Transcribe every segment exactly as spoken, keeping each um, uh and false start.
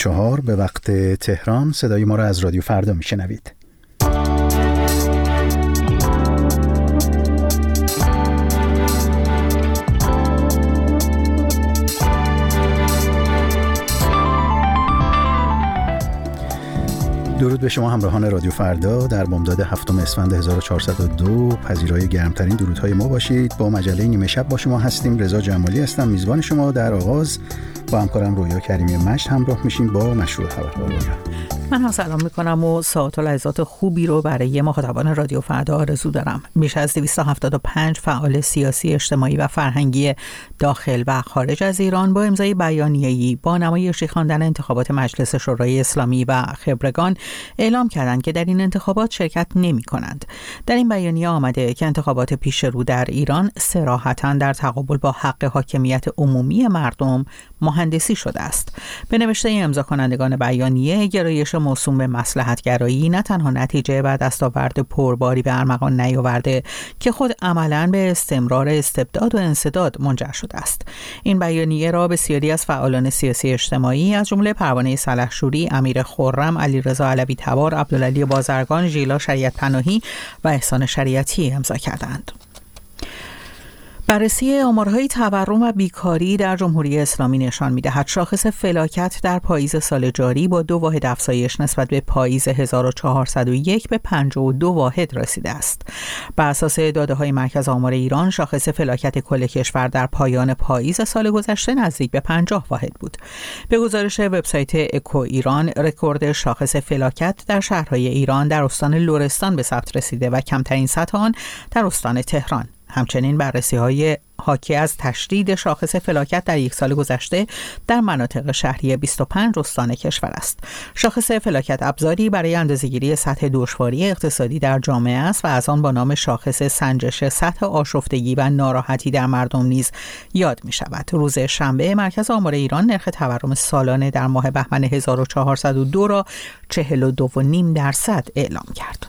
چهار به وقت تهران. صدای ما را از رادیو فردا میشنوید. درود به شما همراهان رادیو فردا. در بامداد هفتم اسفند هزار و چهارصد و دو پذیرای گرمترین درودهای ما باشید. با مجله نیمه شب با شما هستیم. رضا جمالی هستم میزبان شما. در آغاز با همکارم رویا کریمی مشت همراه میشیم با مشروع خبرها. من هم سلام میکنم و ساعت و لحظات خوبی رو برای مخاطبان رادیو فردا آرزو دارم. بیش از دویست و هفتاد و پنج فعال سیاسی، اجتماعی و فرهنگی داخل و خارج از ایران با امضای بیانیه‌ای با نمایشی خواندن انتخابات مجلس شورای اسلامی و خبرگان اعلام کردند که در این انتخابات شرکت نمی کنند. در این بیانیه آمده که انتخابات پیش رو در ایران صراحتاً در تقابل با حق حاکمیت عمومی مردم مهندسی شده است. به نوشته امضا کنندگان بیانیه، گرایش موسوم به مصلحت‌گرایی نه تنها نتیجه و دستاورد پرباری به ارمغان نیاورده که خود عملاً به استمرار استبداد و انسداد منجر شده است. این بیانیه را بسیاری از فعالان سیاسی اجتماعی از جمله پروانه سلحشوری، امیر خرم، علیرضا علوی تبار، عبدالعلی بازرگان، ژیلا شریعت پناهی و احسان شریعتی امضا کردند. بررسی آمارهای تورم و بیکاری در جمهوری اسلامی نشان می‌دهد شاخص فلاکت در پاییز سال جاری با دو واحد افزایش نسبت به پاییز هزار و چهارصد و یک به پنجاه و دو واحد رسیده است. بر اساس داده‌های مرکز آمار ایران، شاخص فلاکت کل کشور در پایان پاییز سال گذشته نزدیک به پنجاه واحد بود. به گزارش وبسایت اکو ایران، رکورد شاخص فلاکت در شهرهای ایران در استان لرستان به ثبت رسیده و کمترین سطح آن در استان تهران. همچنین بررسی‌های حاکی از تشدید شاخص فلاکت در یک سال گذشته در مناطق شهری بیست و پنج استان کشور است. شاخص فلاکت ابزاری برای اندازه‌گیری سطح دشواری اقتصادی در جامعه است و از آن با نام شاخص سنجش سطح آشفتگی و ناراحتی در مردم نیز یاد می شود. روز شنبه مرکز آمار ایران نرخ تورم سالانه در ماه بهمن هزار و چهارصد و دو را چهل و دو و نیم درصد اعلام کرد.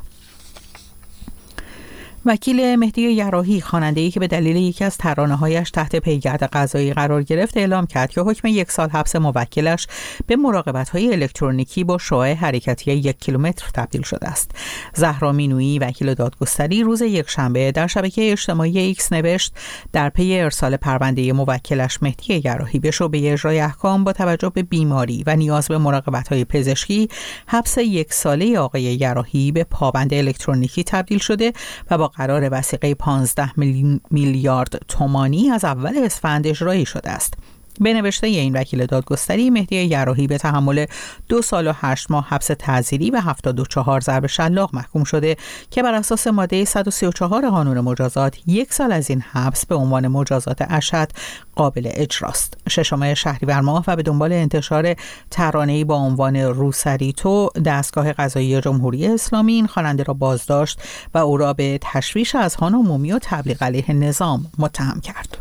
وکیل مهدی یراحی، خواننده‌ای که به دلیل یکی از ترانه‌هایش تحت پیگرد قضایی قرار گرفت، اعلام کرد که حکم یک سال حبس موکلش به مراقبت‌های الکترونیکی با شعاع حرکتی یک کیلومتر تبدیل شده است. زهرا مینویی، وکیل دادگستری، روز یکشنبه در شبکه اجتماعی ایکس نوشت در پی ارسال پرونده موکلش مهدی یراحی به شعبه اجرای احکام با توجه به بیماری و نیاز به مراقبت‌های پزشکی، حبس یک ساله آقای یراحی به پابند الکترونیکی تبدیل شده و با قرار وثیقه پانزده میلیارد تومانی از اول اسفند اجرایی شده است. به نوشته این وکیل دادگستری، مهدی یراحی به تحمل دو سال و هشت ماه حبس تعزیری و هفتاد و چهار ضرب شلاق محکوم شده که بر اساس ماده صد و سی و چهار قانون مجازات یک سال از این حبس به عنوان مجازات اشد قابل اجراست. ششم شهریور ماه و به دنبال انتشار ترانه‌ای با عنوان روسریتو، دستگاه قضایی جمهوری اسلامی این خواننده را بازداشت و او را به تشویش اذهان عمومی و تبلیغ علیه نظام متهم کرد.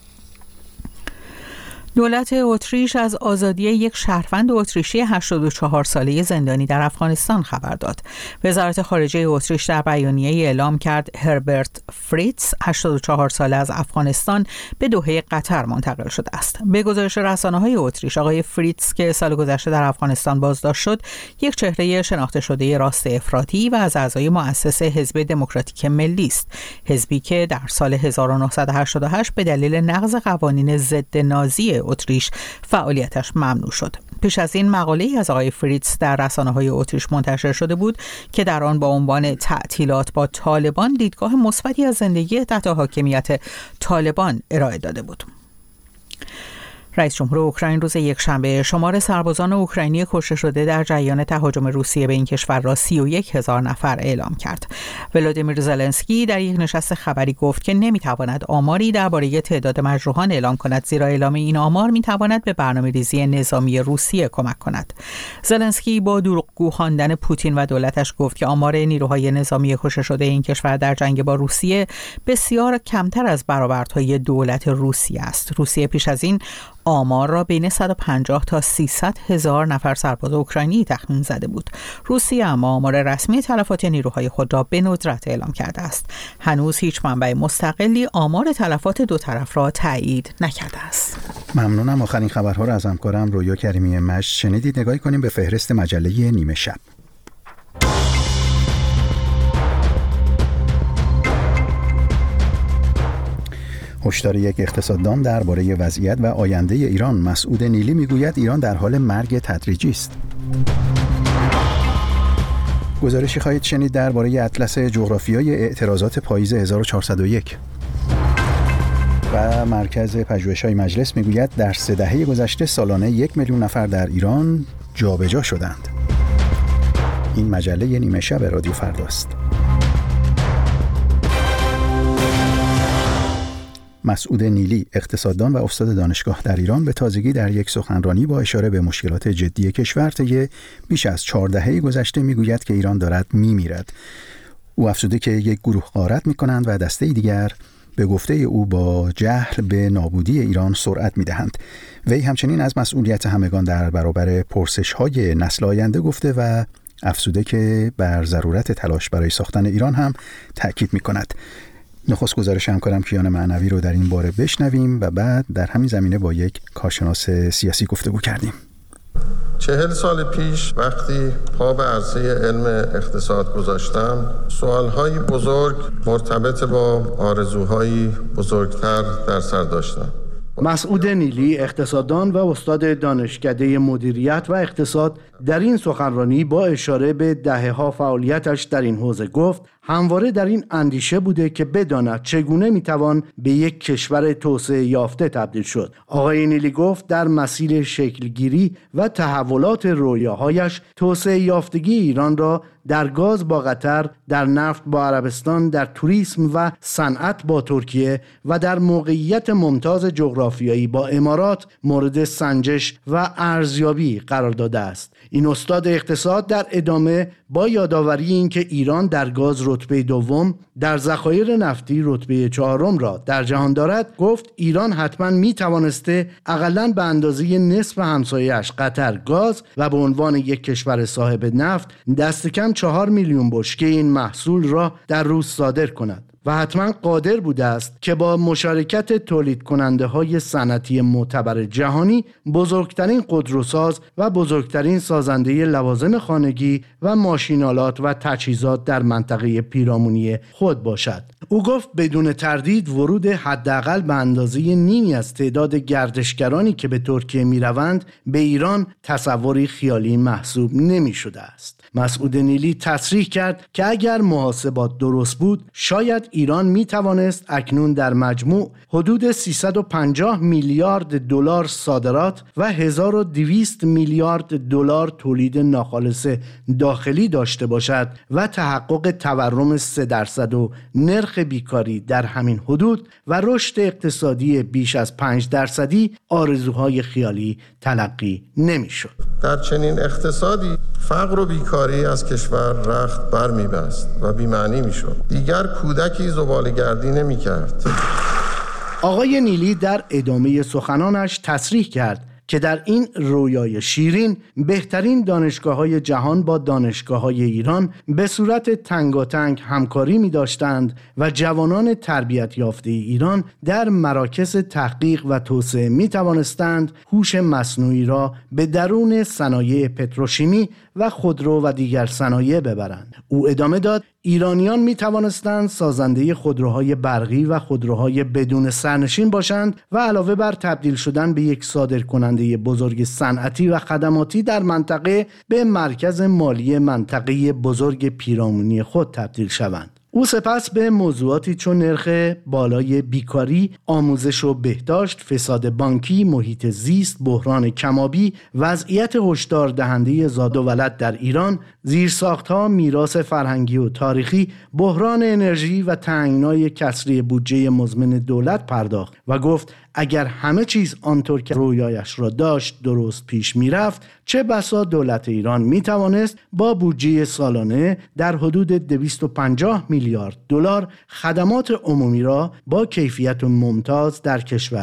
دولت اتریش از آزادی یک شهروند اتریشی هشتاد و چهار ساله زندانی در افغانستان خبر داد. وزارت خارجه اتریش در بیانیه‌ای اعلام کرد هربرت فریتز، هشتاد و چهار ساله، از افغانستان به دوحه قطر منتقل شده است. به گزارش رسانه‌های اتریش، آقای فریتز که سال گذشته در افغانستان بازداشت شد، یک چهره شناخته شده راست افراطی و از اعضای مؤسس حزب دموکراتیک ملی است، حزبی که در سال هزار و نهصد و هشتاد و هشت به دلیل نقض قوانین ضد نازی اتریش فعالیتش ممنوع شد. پیش از این مقاله‌ای از آقای فریتز در رسانه‌های اتریش منتشر شده بود که در آن با عنوان تعطیلات با طالبان دیدگاه مثبتی از زندگی تحت حاکمیت طالبان ارائه داده بود. رئیس جمهور اوکراین روز یکشنبه شمار سربازان اوکراینی کشته شده در جریان تهاجم روسیه به این کشور را سی و یک هزار نفر اعلام کرد. ولادیمیر زلنسکی در یک نشست خبری گفت که نمیتواند آماری درباره تعداد مجروحان اعلام کند، زیرا اعلام این آمار میتواند به برنامه‌ریزی نظامی روسیه کمک کند. زلنسکی با دروغگو خواندن پوتین و دولتش گفت که آمار نیروهای نظامی کشته شده این کشور در جنگ با روسیه بسیار کمتر از برآوردهای دولت روسیه است. روسیه پیش از این آمار را بین صد و پنجاه تا سیصد هزار نفر سرباز اوکراینی تخمین زده بود. روسیه اما آمار رسمی تلفات نیروهای خود را به ندرت اعلام کرده است. هنوز هیچ منبع مستقلی آمار تلفات دو طرف را تایید نکرده است. ممنونم. آخرین خبرها را از همکارم رویا کریمی مشت شنیدید. نگاهی کنیم به فهرست مجله نیمه شب. هشدار یک اقتصاددان درباره وضعیت و آینده ایران. مسعود نیلی میگوید ایران در حال مرگ تدریجی است. گزارشی خواهید شنید درباره اطلس جغرافیایی اعتراضات پاییز هزار و چهارصد و یک. و مرکز پژوهش‌های مجلس میگوید در سه دهه گذشته سالانه یک میلیون نفر در ایران جابجا شدند. این مجله نیمه شب رادیو فردا است. مسعود نیلی، اقتصاددان و استاد دانشگاه در ایران، به تازگی در یک سخنرانی با اشاره به مشکلات جدی کشور طی بیش از چهار دهه گذشته میگوید که ایران دارد میمیرد. او افزوده که یک گروه غارت میکنند و دسته دیگر به گفته او با جهل به نابودی ایران سرعت میدهند. وی همچنین از مسئولیت همگان در برابر پرسش‌های نسل آینده گفته و افزوده که بر ضرورت تلاش برای ساختن ایران هم تأکید میکند. نخست گزارش همکارم کیان معنوی رو در این باره بشنویم و بعد در همین زمینه با یک کارشناس سیاسی گفتگو کردیم. چهل سال پیش وقتی پا به عرصه علم اقتصاد گذاشتم، سوالهای بزرگ مرتبط با آرزوهای بزرگتر در سر داشتم. مسعود نیلی، اقتصاددان و استاد دانشکده مدیریت و اقتصاد، در این سخنرانی با اشاره به دهه‌ها فعالیتش در این حوزه گفت همواره در این اندیشه بوده که بداند چگونه میتوان به یک کشور توسعه یافته تبدیل شد. آقای نیلی گفت در مسیر شکلگیری و تحولات رویاهایش توسعه یافتگی ایران را در گاز با قطر، در نفت با عربستان، در توریسم و صنعت با ترکیه و در موقعیت ممتاز جغرافیایی با امارات مورد سنجش و ارزیابی قرار داده است. این استاد اقتصاد در ادامه با یادآوری اینکه ایران در گاز رتبه دوم، در ذخایر نفتی رتبه چهارم را در جهان دارد، گفت ایران حتما می توانسته اقلاً به اندازه نصف همسایه‌اش قطر گاز و به عنوان یک کشور صاحب نفت دست کم چهار میلیون بشکه این محصول را در روز صادر کند و حتما قادر بوده است که با مشارکت تولید کننده های صنعتی معتبر جهانی بزرگترین خودروساز و بزرگترین سازنده لوازم خانگی و ماشینالات و تجهیزات در منطقه پیرامونی خود باشد. او گفت بدون تردید ورود حداقل به اندازه نیمی از تعداد گردشگرانی که به ترکیه می روند به ایران تصوری خیالی محسوب نمی شده است. مسعود نیلی تصریح کرد که اگر محاسبات درست بود شاید ایران می توانست اکنون در مجموع حدود سیصد و پنجاه میلیارد دلار صادرات و هزار و دویست میلیارد دلار تولید ناخالص داخلی داشته باشد و تحقق تورم سه درصد و نرخ بیکاری در همین حدود و رشد اقتصادی بیش از پنج درصدی آرزوهای خیالی تلقی نمی‌شد. در چنین اقتصادی فقر و بیکاری از کشور رخت بر می‌بست و بی‌معنی می‌شد. دیگر کودکی زباله‌گردی نمی‌کرد. آقای نیلی در ادامه سخنانش تصریح کرد که در این رویای شیرین بهترین دانشگاه‌های جهان با دانشگاه‌های ایران به صورت تنگاتنگ همکاری می‌داشتند و جوانان تربیت یافته ایران در مراکز تحقیق و توسعه می‌توانستند هوش مصنوعی را به درون صنایع پتروشیمی و خودرو و دیگر صنایع ببرند. او ادامه داد ایرانیان می توانستند سازنده خودروهای برقی و خودروهای بدون سرنشین باشند و علاوه بر تبدیل شدن به یک صادرکننده بزرگ صنعتی و خدماتی در منطقه به مرکز مالی منطقه بزرگ پیرامونی خود تبدیل شوند. او سپس به موضوعاتی چون نرخ بالای بیکاری، آموزش و بهداشت، فساد بانکی، محیط زیست، بحران کمابی، وضعیت هشدار دهنده زاد و ولد در ایران، زیرساخت‌ها، میراث فرهنگی و تاریخی، بحران انرژی و تنگنای کسری بودجه مزمن دولت پرداخت و گفت اگر همه چیز آنطور که رویایش را داشت درست پیش می رفت، چه بسا دولت ایران می توانست با بودجه سالانه در حدود دویست و پنجاه میلیارد دلار خدمات عمومی را با کیفیت ممتاز در کشور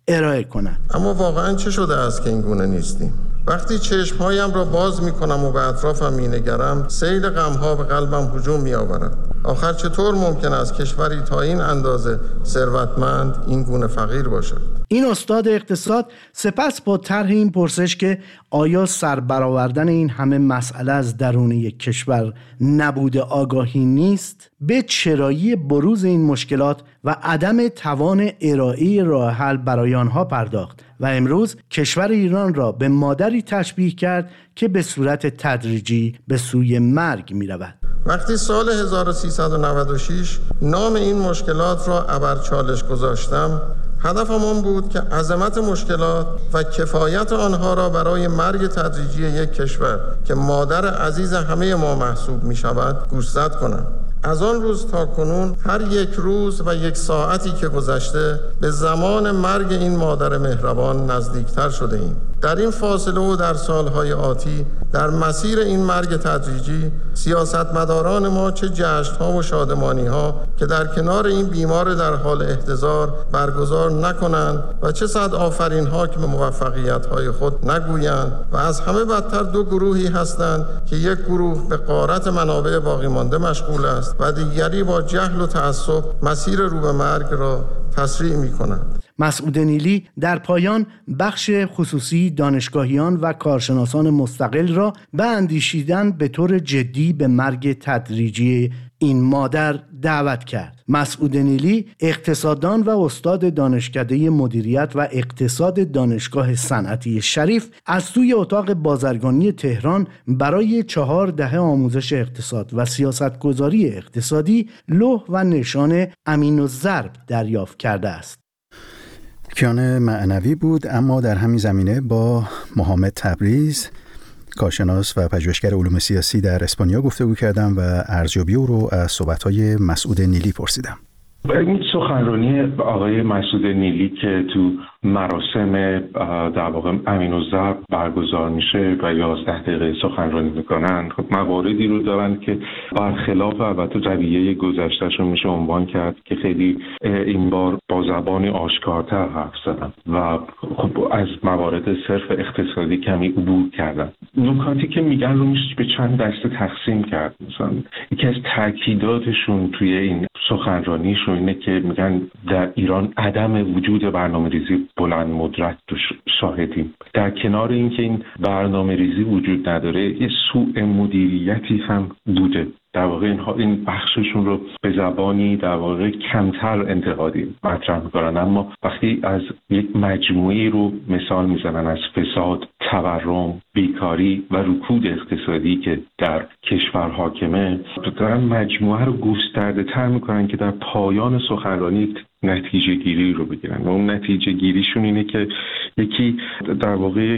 ارائه کنند. اما واقعا چه شده است که این گونه نیستیم؟ وقتی چشمهایم را باز می کنم و به اطرافم می نگرم، سیل غمها به قلبم هجوم می آورد. آخر چطور ممکن است کشوری تا این اندازه ثروتمند این گونه فقیر باشد؟ این استاد اقتصاد سپس با طرح این پرسش که آیا سربرآوردن این همه مسئله از درون یک کشور نبوده آگاهی نیست، به چرایی بروز این مشکلات و عدم توان ارائه راه حل برای آنها پرداخت و امروز کشور ایران را به مادری تشبیه کرد که به صورت تدریجی به سوی مرگ می رود. وقتی سال هزار و سیصد و نود و شش نام این مشکلات را ابر چالش گذاشتم، هدفم آن بود که عظمت مشکلات و کفایت آنها را برای مرگ تدریجی یک کشور که مادر عزیز همه ما محسوب می شود گوشزد کنم. از آن روز تا کنون هر یک روز و یک ساعتی که گذشته به زمان مرگ این مادر مهربان نزدیکتر شده ایم. در این فاصله و در سالهای آتی در مسیر این مرگ تدریجی سیاستمداران ما چه جشن‌ها و شادمانی‌ها که در کنار این بیمار در حال احتضار برگزار نکنند و چه صد آفرین‌ها که به موفقیت‌های خود نگویند و از همه بدتر دو گروهی هستند که یک گروه به غارت منابع باقی مانده مشغول است و دیگری با جهل و تعصب مسیر رو به مرگ را تسریع می‌کنند. مسعود نیلی در پایان بخش خصوصی دانشگاهیان و کارشناسان مستقل را به اندیشیدن به طور جدی به مرگ تدریجی این مادر دعوت کرد. مسعود نیلی اقتصاددان و استاد دانشکده مدیریت و اقتصاد دانشگاه صنعتی شریف از سوی اتاق بازرگانی تهران برای چهار دهه آموزش اقتصاد و سیاستگذاری اقتصادی لوح و نشان امین الضرب دریافت کرده است. کیان معنوی بود. اما در همین زمینه با محمد تبریز، کارشناس و پژوهشگر علوم سیاسی در اسپانیا گفتگو کردم و ارزیابی او رو از صحبت‌های مسعود نیلی پرسیدم. این سخنرانی آقای مسعود نیلی که تو مراسم در واقع امین الضرب برگزار میشه و یازده دقیقه سخنرانی میکنن، خب مواردی رو دارن که برخلاف البته رویه گذشتهشون میشه عنوان کرد که خیلی این بار با زبانی آشکارتر حرف زدن و خب از موارد صرف اقتصادی کمی عبور کردن. نکاتی که میگن رو میشه به چند دسته تقسیم کرد. مثلا یکی از تاکیداتشون توی این سخنرانیشون اینه که میگن در ایران عدم وجود برنامه‌ریزی بلند مدت رو شاهدیم. در کنار اینکه این برنامه‌ریزی وجود نداره، یه سوء مدیریتی هم بوده. در واقع اینها این بخششون رو به زبانی در واقع کمتر انتقادی مطرح میکنن، اما وقتی از یک مجموعی رو مثال میزنن از فساد، تورم، بیکاری و رکود اقتصادی که در کشور حاکمه، دارن مجموعه رو گسترده تر میکنن که در پایان سخنرانی نتیجه گیری رو بگیرن و اون نتیجه گیریشون اینه که یکی در واقع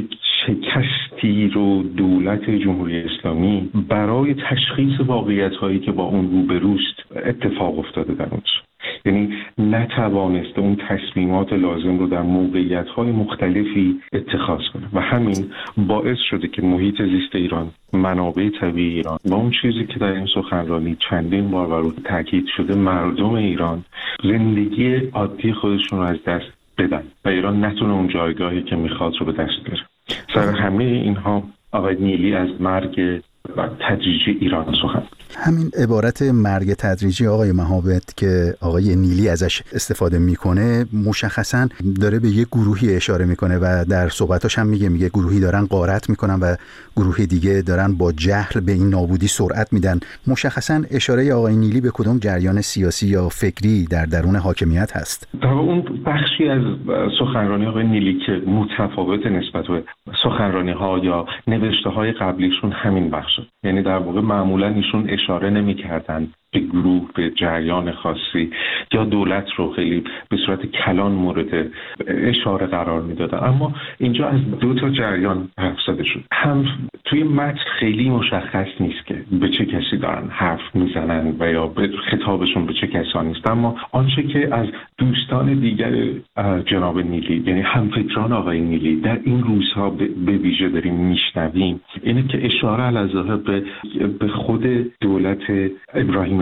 شکستی رو دولت جمهوری اسلامی برای تشخیص واقعیت‌هایی که با اون روبروست اتفاق افتاده در اونجا، یعنی نتوانسته اون تصمیمات لازم رو در موقعیت‌های مختلفی اتخاذ کنه و همین باعث شده که محیط زیست ایران، منابع طبیعی ایران و اون چیزی که در این سخنرانی چندین بار بر اون تاکید شده، مردم ایران زندگی عادی خودشون رو از دست بدن و ایران نتونه اون جایگاهی که میخواد رو به دست بیاره. سر همه اینها آقای نیلی از مرگ و تدریجی ایران سخن. همین عبارت مرگ تدریجی آقای مهابت که آقای نیلی ازش استفاده میکنه مشخصا داره به یک گروهی اشاره میکنه و در صحبتاش هم میگه میگه گروهی دارن غارت میکنن و گروه دیگه دارن با جهل به این نابودی سرعت میدن. مشخصا اشاره آقای نیلی به کدوم جریان سیاسی یا فکری در درون حاکمیت هست؟ در اون بخشی از سخنرانی آقای نیلی که متفاوت نسبت به سخنرانی ها یا نوشته های قبلیشون همین بخش، یعنی در واقع معمولا ایشون اشاره نمی‌کردن به گروه، به جریان خاصی یا دولت رو خیلی به صورت کلان مورد اشاره قرار میدادن، اما اینجا از دو تا جریان حرف زده شد. هم توی متن خیلی مشخص نیست که به چه کسی دارن حرف میزنن و یا به خطابشون به چه کسانی است، اما آنچه که از دوستان دیگر جناب نیلی، یعنی همفکران آقای نیلی در این روزها به ویژه داریم میشنویم، اینه که اشاره علیه به به خود دولت ابراهیم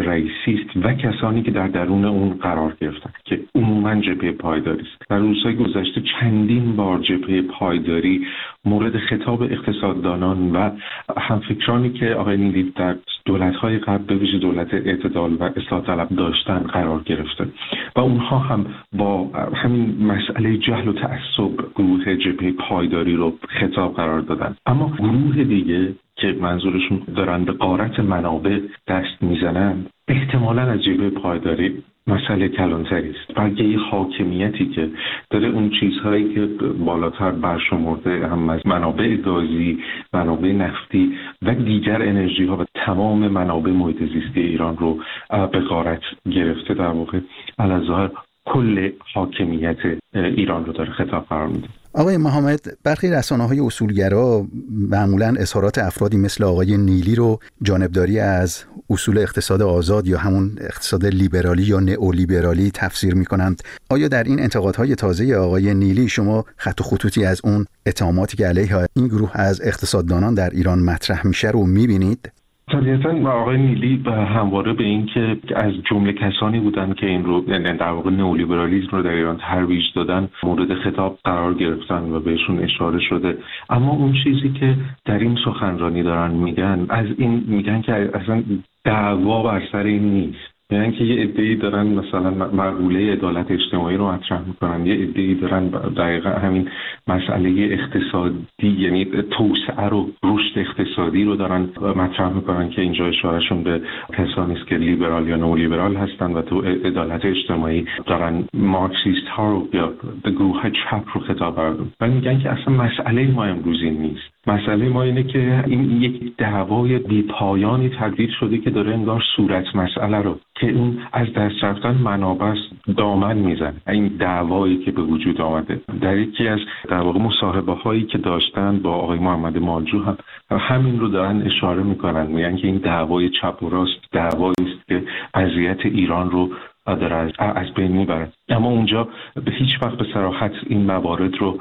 رئیسی است و کسانی که در درون اون قرار گرفتن که عموماً جبهه پایداری است. در روزهای گذشته چندین بار جبهه پایداری مورد خطاب اقتصاددانان و همفکرانی که آقای نیلی در دولت‌های قبل به ویژه دولت اعتدال و اصلاح طلب داشتن قرار گرفته و اونها هم با همین مسئله جهل و تعصب گروه جبهه پایداری رو خطاب قرار دادن. اما گروه دیگه که منظورشون دارن به غارت منابع دست میزنن احتمالاً از جبهه پایداری مسئله کلانتری است، بلکه یه حاکمیتی که داره اون چیزهایی که بالاتر برشمرده هم از منابع گازی، منابع نفتی و دیگر انرژی ها و تمام منابع محیط زیستی ایران رو به غارت گرفته، در واقع علاوه کل حاکمیت ایران رو داره خطاب قرار میده. آقای محمد، برخی رسانه‌های اصولگرا معمولاً اظهارات افرادی مثل آقای نیلی رو جانبداری از اصول اقتصاد آزاد یا همون اقتصاد لیبرالی یا نئولیبرالی تفسیر می‌کنند. آیا در این انتقادهای تازه آقای نیلی شما خط و خطوطی از اون اتهاماتی که علیه این گروه از اقتصاددانان در ایران مطرح میشه رو می‌بینید؟ طبیعتاً آقای نیلی همواره به این که از جمله کسانی بودن که این رو در واقع نئولیبرالیسم رو در ایران ترویج دادن مورد خطاب قرار گرفتن و بهشون اشاره شده. اما اون چیزی که در این سخنرانی دارن میگن از این میگن که اصلا دعوا بر سر این نیست، یعنی که یه عده‌ای دارن مثلا مقوله عدالت اجتماعی رو مطرح میکنن، یه عده‌ای دارن دقیقاً همین مسئله اقتصادی یعنی توسعه رو رشد اقتصادی رو دارن مطرح میکنن که اینجا اشارهشون به کسانی است که لیبرال یا نئولیبرال هستن و تو عدالت اجتماعی دارن مارکسیست ها رو یا گروه چپ رو خطاب کردن و میگن که اصلا مسئله ما امروز این نیست. مسئله ما اینه که این یک دعوای بی‌پایانی تبدیل شده که داره انگار صورت مسئله رو که اون از دست رفتن منابع دامن میزنه. این دعوایی که به وجود آمده در یکی از در واقع مصاحبه هایی که داشتن با آقای محمد مالجو هم همین رو دارن اشاره میکنن، میگن که این دعوای چپ و راست دعوایی است که وضعیت ایران رو داره از, از بین میبره. اما اونجا به هیچ وقت به صراحت این موارد رو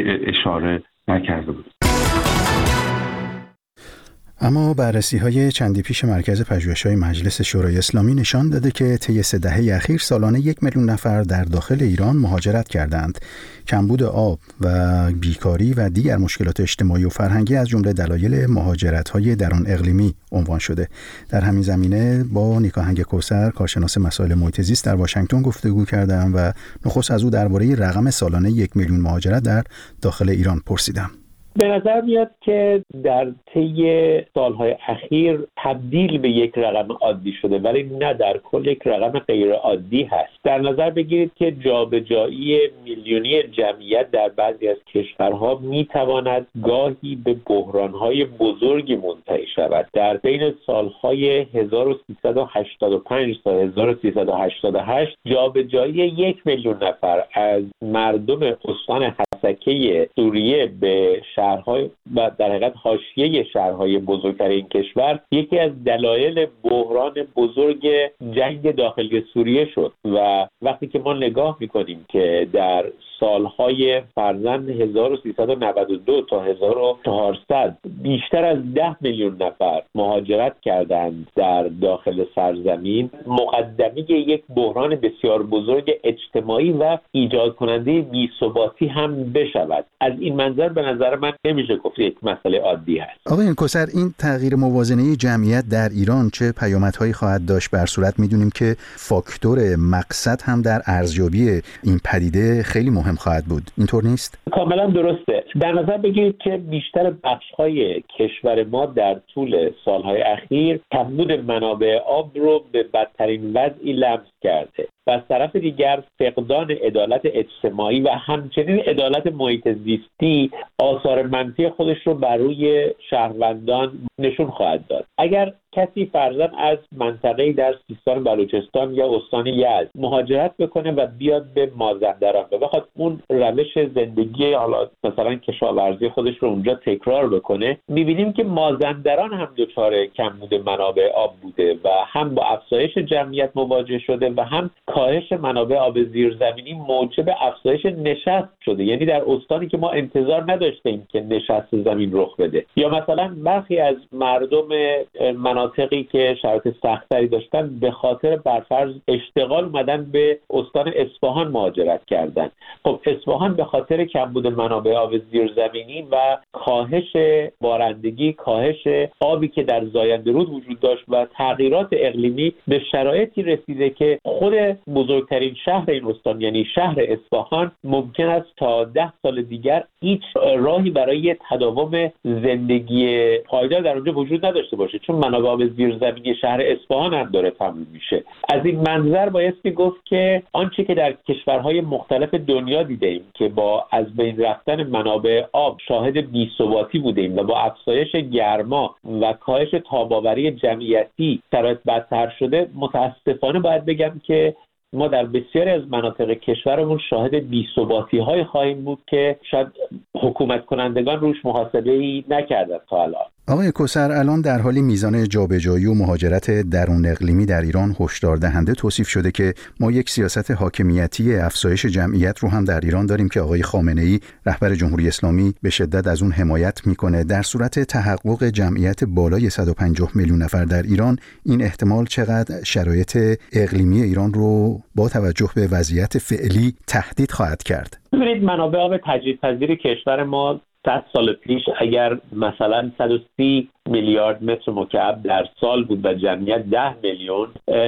اشاره نکرده بود. اما بررسی‌های چندی پیش مرکز پژوهش‌های مجلس شورای اسلامی نشان داده که طی سه دهه اخیر سالانه یک میلیون نفر در داخل ایران مهاجرت کردند. کمبود آب و بیکاری و دیگر مشکلات اجتماعی و فرهنگی از جمله دلایل مهاجرت‌های درون اقلیمی عنوان شده. در همین زمینه با نیکاهنگ کوثر، کارشناس مسائل محیط زیست در واشنگتن گفتگو کردم و نخست از او درباره رقم سالانه یک میلیون مهاجرت در داخل ایران پرسیدم. به نظر میاد که در طی سالهای اخیر تبدیل به یک رقم عادی شده، ولی نه در کل یک رقم غیر عادی هست. در نظر بگیرید که جابجایی میلیونی جمعیت در بعضی از کشورها میتواند گاهی به بحرانهای بزرگی منتهی شود. در بین سالهای هزار و سیصد و هشتاد و پنج تا هزار و سیصد و هشتاد و هشت جابجایی یک میلیون نفر از مردم استان حسکه سوریه به شهرهای و در حقیقت حاشیه شهرهای بزرگتر این کشور یکی از دلایل بحران بزرگ جنگ داخلی سوریه شد. و وقتی که ما نگاه میکنیم که در سالهای فرزند هزار و سیصد و نود و دو تا هزار و چهارصد بیشتر از ده میلیون نفر مهاجرت کردند در داخل سرزمین، مقدمه یک بحران بسیار بزرگ اجتماعی و ایجاد کننده بی‌ثباتی هم بشود. از این منظر به نظر من نمیشه گفت یک مسئله عادی هست. آقای کوثر، این تغییر موازنه جمعیت در ایران چه پیامدهایی خواهد داشت؟ بر صورت میدونیم که فاکتور مقصد هم در ارزیابی این پدیده خیلی مهم خواهد بود، اینطور نیست؟ کاملا درسته. در نظر بگیرید که بیشتر بخش‌های کشور ما در طول سالهای اخیر کمبود منابع آب رو به بدترین وضعی لمس کرده و از طرف دیگر فقدان عدالت اجتماعی و همچنین عدالت محیط زیستی آثار منفی خودش رو بر روی شهروندان نشون خواهد داد. اگر کسی فرضاً از منطقه‌ای در سیستان بلوچستان یا استان یزد مهاجرت بکنه و بیاد به مازندران و بخواد اون روش زندگی حالا مثلا کشاورزی خودش رو اونجا تکرار بکنه، می‌بینیم که مازندران هم دچار کمبود منابع آب بوده و هم با افزایش جمعیت مواجه شده و هم کاهش منابع آب زیرزمینی موجب افزایش نشست شده. یعنی در استانی که ما انتظار نداشتیم که نشست زمین رخ بده، یا مثلا برخی از مردم مناطقی که شرایط سختری داشتن به خاطر برفرض اشتغال اومدن به استان اصفهان مهاجرت کردن. خب اصفهان به خاطر کمبود منابع آب زیرزمینی و کاهش بارندگی، کاهش آبی که در زاینده رود وجود داشت و تغییرات اقلیمی به شرایطی رسیده که خود بزرگترین شهر این استان یعنی شهر اصفهان ممکن است تا ده سال دیگر هیچ راهی برای تداوم زندگی پایدار در اونجا وجود نداشته باشه، چون منابع آب زیرزمینی شهر اصفهان هم داره تموم میشه. از این منظر بایستی گفت که آنچه که در کشورهای مختلف دنیا دیدیم که با از بین رفتن منابع آب شاهد بی‌ثباتی بودیم و با افزایش گرما و کاهش تاب‌آوری جمعیتی شرایط بدتر شده، متاسفانه باید بگم که ما در بسیاری از مناطق کشورمون شاهد بی‌ثباتی‌های خواهیم بود که شاید حکومت کنندگان روش محاسبه‌ای نکردن تا الان. آقای کوثر، الان در حالی میزان جابجایی و مهاجرت درون اقلیمی در ایران هشدار دهنده توصیف شده که ما یک سیاست حاکمیتی افزایش جمعیت رو هم در ایران داریم که آقای خامنه‌ای رهبر جمهوری اسلامی به شدت از اون حمایت میکنه. در صورت تحقق جمعیت بالای صد و پنجاه میلیون نفر در ایران، این احتمال چقدر شرایط اقلیمی ایران رو با توجه به وضعیت فعلی تهدید خواهد کرد؟ ببینید، منابع آب تجدیدپذیر کشور ما صد سال پیش اگر مثلا صد و سی میلیارد متر مکعب در سال بود و جمعیت ده میلیون،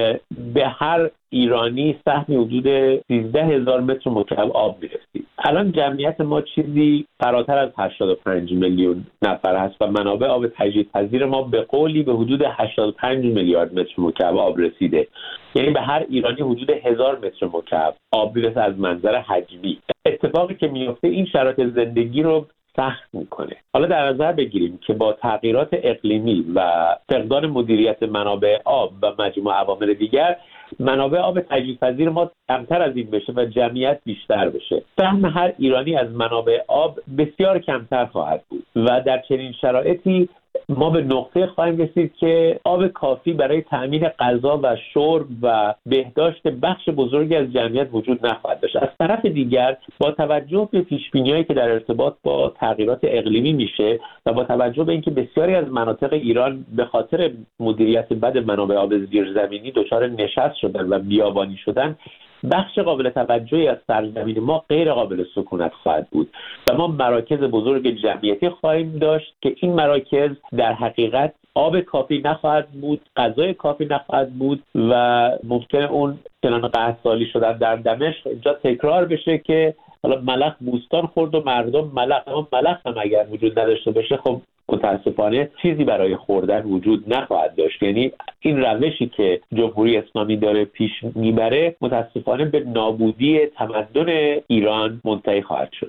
به هر ایرانی سهمی حدود سیزده هزار متر مکعب آب میرسید. الان جمعیت ما چیزی فراتر از هشتاد و پنج میلیون نفر هست و منابع آب تجدیدپذیر ما به قولی به حدود هشتاد و پنج میلیارد متر مکعب آب رسیده. یعنی به هر ایرانی حدود هزار متر مکعب آب میرسه از منظر حجمی. اتفاقی که میفته این شرایط زندگی رو سخت میکنه. حالا در نظر بگیریم که با تغییرات اقلیمی و فقدان مدیریت منابع آب و مجموعه عوامل دیگر، منابع آب تجدیدپذیر ما کمتر از این بشه و جمعیت بیشتر بشه، سهم هر ایرانی از منابع آب بسیار کمتر خواهد بود و در چنین شرایطی ما به نقطه خواهیم رسید که آب کافی برای تأمین غذا و شرب و بهداشت بخش بزرگی از جمعیت وجود نخواهد داشت. از طرف دیگر با توجه به پیش‌بینی‌هایی که در ارتباط با تغییرات اقلیمی میشه و با توجه به اینکه بسیاری از مناطق ایران به خاطر مدیریت بد منابع آب زیرزمینی دچار نشست شدن و بیابانی شدن، بخش قابل توجهی از سرزمین ما غیر قابل سکونت خواهد بود و ما مراکز بزرگ جمعیتی خواهیم داشت که این مراکز در حقیقت آب کافی نخواهد بود، غذای کافی نخواهد بود و ممکنه اون چنان قحط‌سالی شدن در دمشق اینجا تکرار بشه که حالا ملخ بوستان خورد و مردم ملخ، اما ملخ هم اگر وجود نداشته باشه خب متاسفانه چیزی برای خوردن وجود نخواهد داشت. یعنی این روشی که جمهوری اسلامی داره پیش میبره متاسفانه به نابودی تمدن ایران منتهی خواهد شد.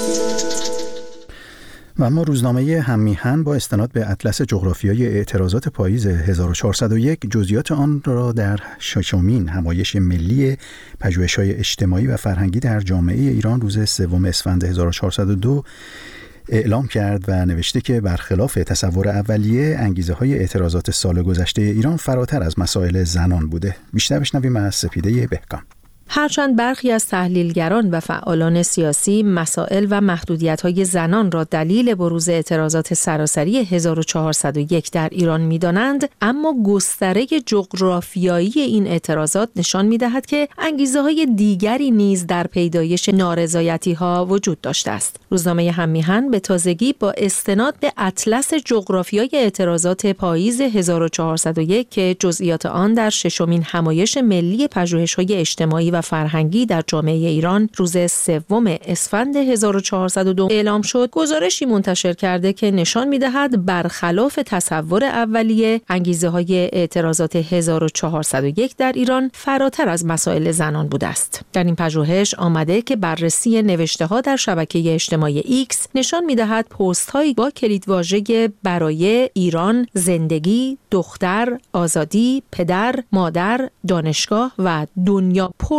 و اما روزنامه هم‌میهن با استناد به اطلس جغرافیایی اعتراضات پاییز هزار و چهارصد و یک جزئیات آن را در ششمین همایش ملی پژوهش‌های اجتماعی و فرهنگی در جامعه ایران روز سوم اسفند هزار و چهارصد و دو اعلام کرد و نوشته که برخلاف تصور اولیه، انگیزه‌های اعتراضات سال گذشته ایران فراتر از مسائل زنان بوده. بیشتر بشنویم از سپیده بهکام. هرچند برخی از تحلیلگران و فعالان سیاسی مسائل و محدودیت‌های زنان را دلیل بروز اعتراضات سراسری هزار و چهارصد و یک در ایران می‌دانند، اما گستره جغرافیایی این اعتراضات نشان می‌دهد که انگیزه‌های دیگری نیز در پیدایش نارضایتی‌ها وجود داشته است. روزنامه هم‌میهن به تازگی با استناد به اطلس جغرافیای اعتراضات پاییز هزار و چهارصد و یک که جزئیات آن در ششمین همایش ملی پژوهش‌های اجتماعی و فرهنگی در جامعه ایران روز سوم اسفند هزار و چهارصد و دو اعلام شد، گزارشی منتشر کرده که نشان می‌دهد برخلاف تصور اولیه، انگیزه‌های اعتراضات هزار و چهارصد و یک در ایران فراتر از مسائل زنان بوده است. در این پژوهش آمده که بررسی نوشته‌ها در شبکه اجتماعی ایکس نشان می‌دهد پست‌هایی با کلیدواژه برای ایران، زندگی، دختر، آزادی، پدر، مادر، دانشگاه و دنیا پر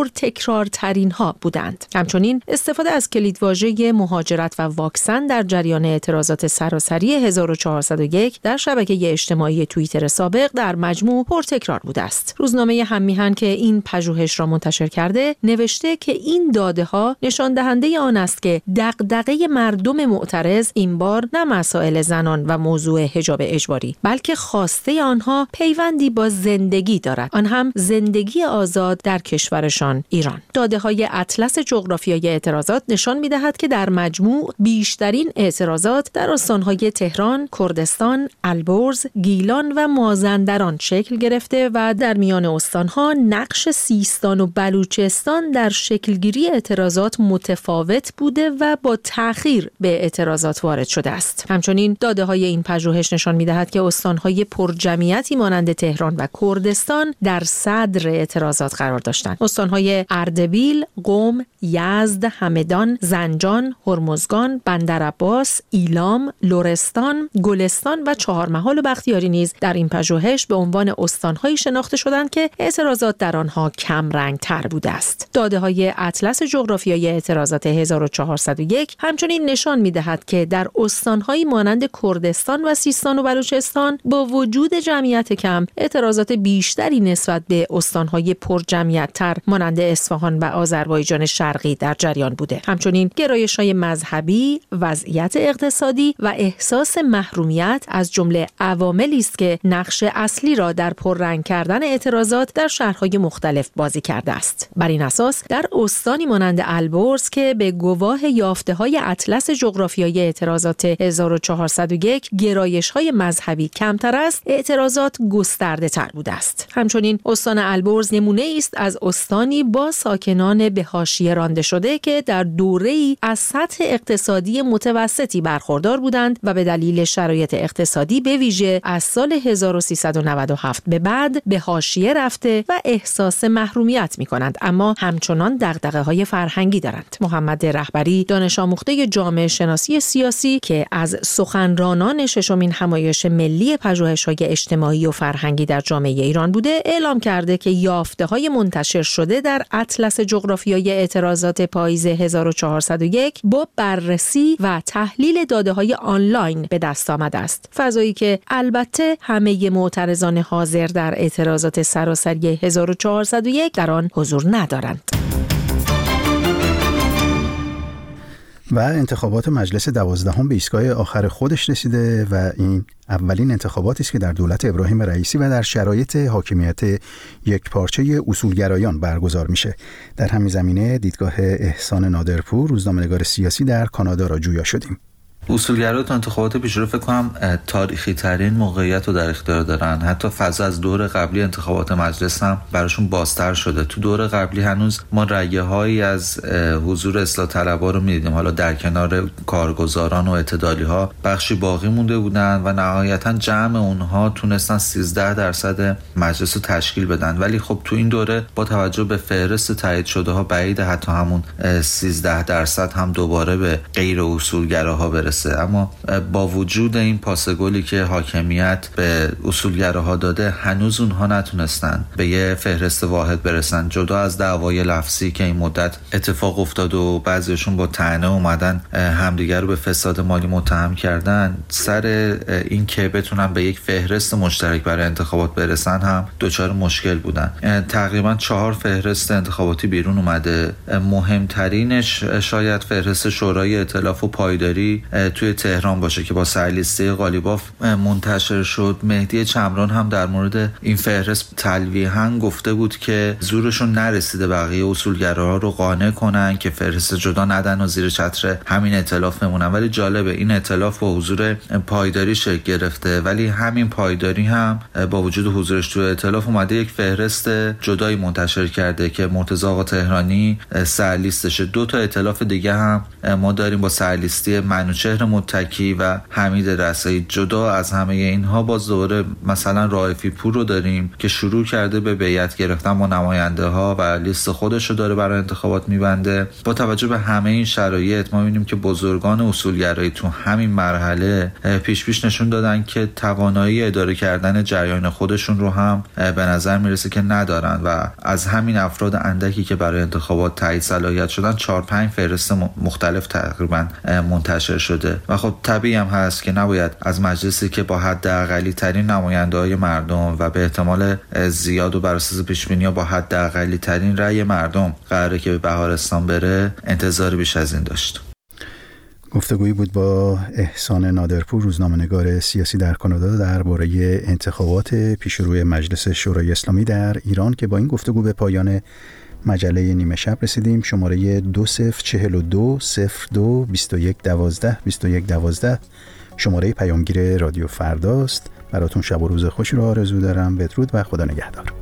پرتکرارترین ها بودند. همچنین استفاده از کلیدواژه مهاجرت و واکسن در جریان اعتراضات سراسری هزار و چهارصد و یک در شبکه اجتماعی توییتر سابق در مجموع پرتکرار بوده است. روزنامه هممیهن که این پژوهش را منتشر کرده نوشته که این داده ها نشان دهنده آن است که دغدغه مردم معترض این بار نه مسائل زنان و موضوع حجاب اجباری، بلکه خواسته آنها پیوندی با زندگی دارد، آن هم زندگی آزاد در کشورشان ایران. داده های اطلس جغرافیای اعتراضات نشان می‌دهد که در مجموع بیشترین اعتراضات در استان‌های تهران، کردستان، البرز، گیلان و مازندران شکل گرفته و در میان استان‌ها نقش سیستان و بلوچستان در شکلگیری اعتراضات متفاوت بوده و با تأخیر به اعتراضات وارد شده است. همچنین داده‌های این پژوهش نشان می‌دهد که استان‌های پرجمعیتی مانند تهران و کردستان در صدر اعتراضات قرار داشتند. استان‌های اردبیل، قم، یزد، همدان، زنجان، هرمزگان، بندرعباس، ایلام، لرستان، گلستان و چهارمحال و بختیاری نیز در این پژوهش به عنوان استان‌هایی شناخته شدند که اعتراضات در آنها کم رنگ‌تر بوده است. داده‌های اطلس جغرافیایی اعتراضات هزار و چهارصد و یک همچنین نشان می‌دهد که در استان‌هایی مانند کردستان و سیستان و بلوچستان با وجود جمعیت کم اعتراضات بیشتری نسبت به استان‌های پرجمعیت‌تر مانند اصفهان و آذربایجان شرقی در جریان بوده. همچنین گرایش‌های مذهبی، وضعیت اقتصادی و احساس محرومیت از جمله عواملی است که نقش اصلی را در پررنگ کردن اعتراضات در شهرهای مختلف بازی کرده است. بر این اساس در استانی مانند البرز که به گواه یافته‌های اطلس جغرافیایی اعتراضات هزار و چهارصد و یک گرایش‌های مذهبی کمتر است، اعتراضات گسترده‌تر بوده است. همچنین استان البرز نمونه است از استانی با ساکنان به حاشیه رانده شده که در دوره‌ای از سطح اقتصادی متوسطی برخوردار بودند و به دلیل شرایط اقتصادی به ویژه از سال هزار و سیصد و نود و هفت به بعد به حاشیه رفته و احساس محرومیت می‌کنند، اما همچنان دغدغه‌های فرهنگی دارند. محمد رهبری، دانش آموخته جامعه شناسی سیاسی که از سخنرانان ششمین همایش ملی پژوهش‌های اجتماعی و فرهنگی در جامعه ایران بوده، اعلام کرده که یافته‌های منتشر شده در اطلس جغرافیایی اعتراضات پاییز هزار و چهارصد و یک با بررسی و تحلیل داده‌های آنلاین به دست آمده است. فضایی که البته همه معترضان حاضر در اعتراضات سراسری هزار و چهارصد و یک در آن حضور ندارند. و انتخابات مجلس دوازدهم به ایستگاه آخر خودش رسیده و این اولین انتخاباتی است که در دولت ابراهیم رئیسی و در شرایط حاکمیت یکپارچه اصولگرایان برگزار میشه. در همین زمینه دیدگاه احسان نادرپور، روزنامه‌نگار سیاسی در کانادا را جویا شدیم. اصولگرا تو انتخابات پیش رو فکر کنم تاریخی ترین موقعیت رو در اختیار دارن. حتی فضا از دور قبلی انتخابات مجلس هم براشون بازتر شده. تو دور قبلی هنوز ما رأیه هایی از حضور اصلاح طلبها رو می‌دیدیم، حالا در کنار کارگزاران و اعتدالی ها بخشی باقی مونده بودن و نهایتا جمع اونها تونستن سیزده درصد مجلس رو تشکیل بدن. ولی خب تو این دوره با توجه به فهرست تایید شده ها بعید حتی همون سیزده درصد هم دوباره به غیر اصولگراها برسه. اما با وجود این پاس گلی که حاکمیت به اصولگراها داده، هنوز اونها نتونستن به یه فهرست واحد برسن. جدا از دعوای لفظی که این مدت اتفاق افتاد و بعضیشون با طعنه اومدن همدیگر رو به فساد مالی متهم کردن، سر این که بتونن به یک فهرست مشترک برای انتخابات برسن هم دچار مشکل بودن. تقریبا چهار فهرست انتخاباتی بیرون اومده. مهمترینش شاید فهرست شورای ائتلاف و پایداری توی تهران باشه که با سرلیسته قالیباف منتشر شد. مهدی چمران هم در مورد این فهرست تلویحاً گفته بود که زورشون نرسیده بقیه اصولگراها رو قانع کنن که فهرست جدا ندن و زیر چتر همین ائتلاف بمونن. ولی جالبه این ائتلاف با حضور پایداری شکل گرفته، ولی همین پایداری هم با وجود حضورش توی ائتلاف اومده یک فهرست جدایی منتشر کرده که مرتضی آقا تهرانی سرلیستشه. دو تا ائتلاف دیگه هم ما داریم با سرلیستی منوچهر بوشهر متکی و حمید رسایی. جدا از همه اینها باز دوباره مثلا رائفی پور رو داریم که شروع کرده به بیعت گرفتن با نماینده ها و لیست خودش رو داره برای انتخابات میبنده. با توجه به همه این شرایط ما می‌بینیم که بزرگان اصولگرایی تو همین مرحله پیش پیش نشون دادن که توانایی اداره کردن جریان خودشون رو هم به نظر میرسه که ندارن و از همین افراد اندکی که برای انتخابات تایید صلاحیت شدن چهار پنج فهرست مختلف تقریبا منتشر شده و خب طبیعی هم هست که نباید از مجلسی که با حداقلی ترین نماینده‌های مردم و به احتمال زیاد و بر اساس پیش‌بینی‌ها با حداقلی ترین رأی مردم قراره که به بهارستان بره انتظار بیش از این داشت. گفتگویی بود با احسان نادرپور، روزنامه‌نگار سیاسی در کانادا، درباره انتخابات پیشروی مجلس شورای اسلامی در ایران که با این گفتگو به پایان مجله نیمه شب رسیدیم. شماره دو صفر چهل و دو صفر دو بیست و یک دوازده بیست و یک دوازده شماره پیامگیر رادیو فرداست. براتون شب و روز خوشی رو آرزو دارم. بدرود و خدا نگهدار.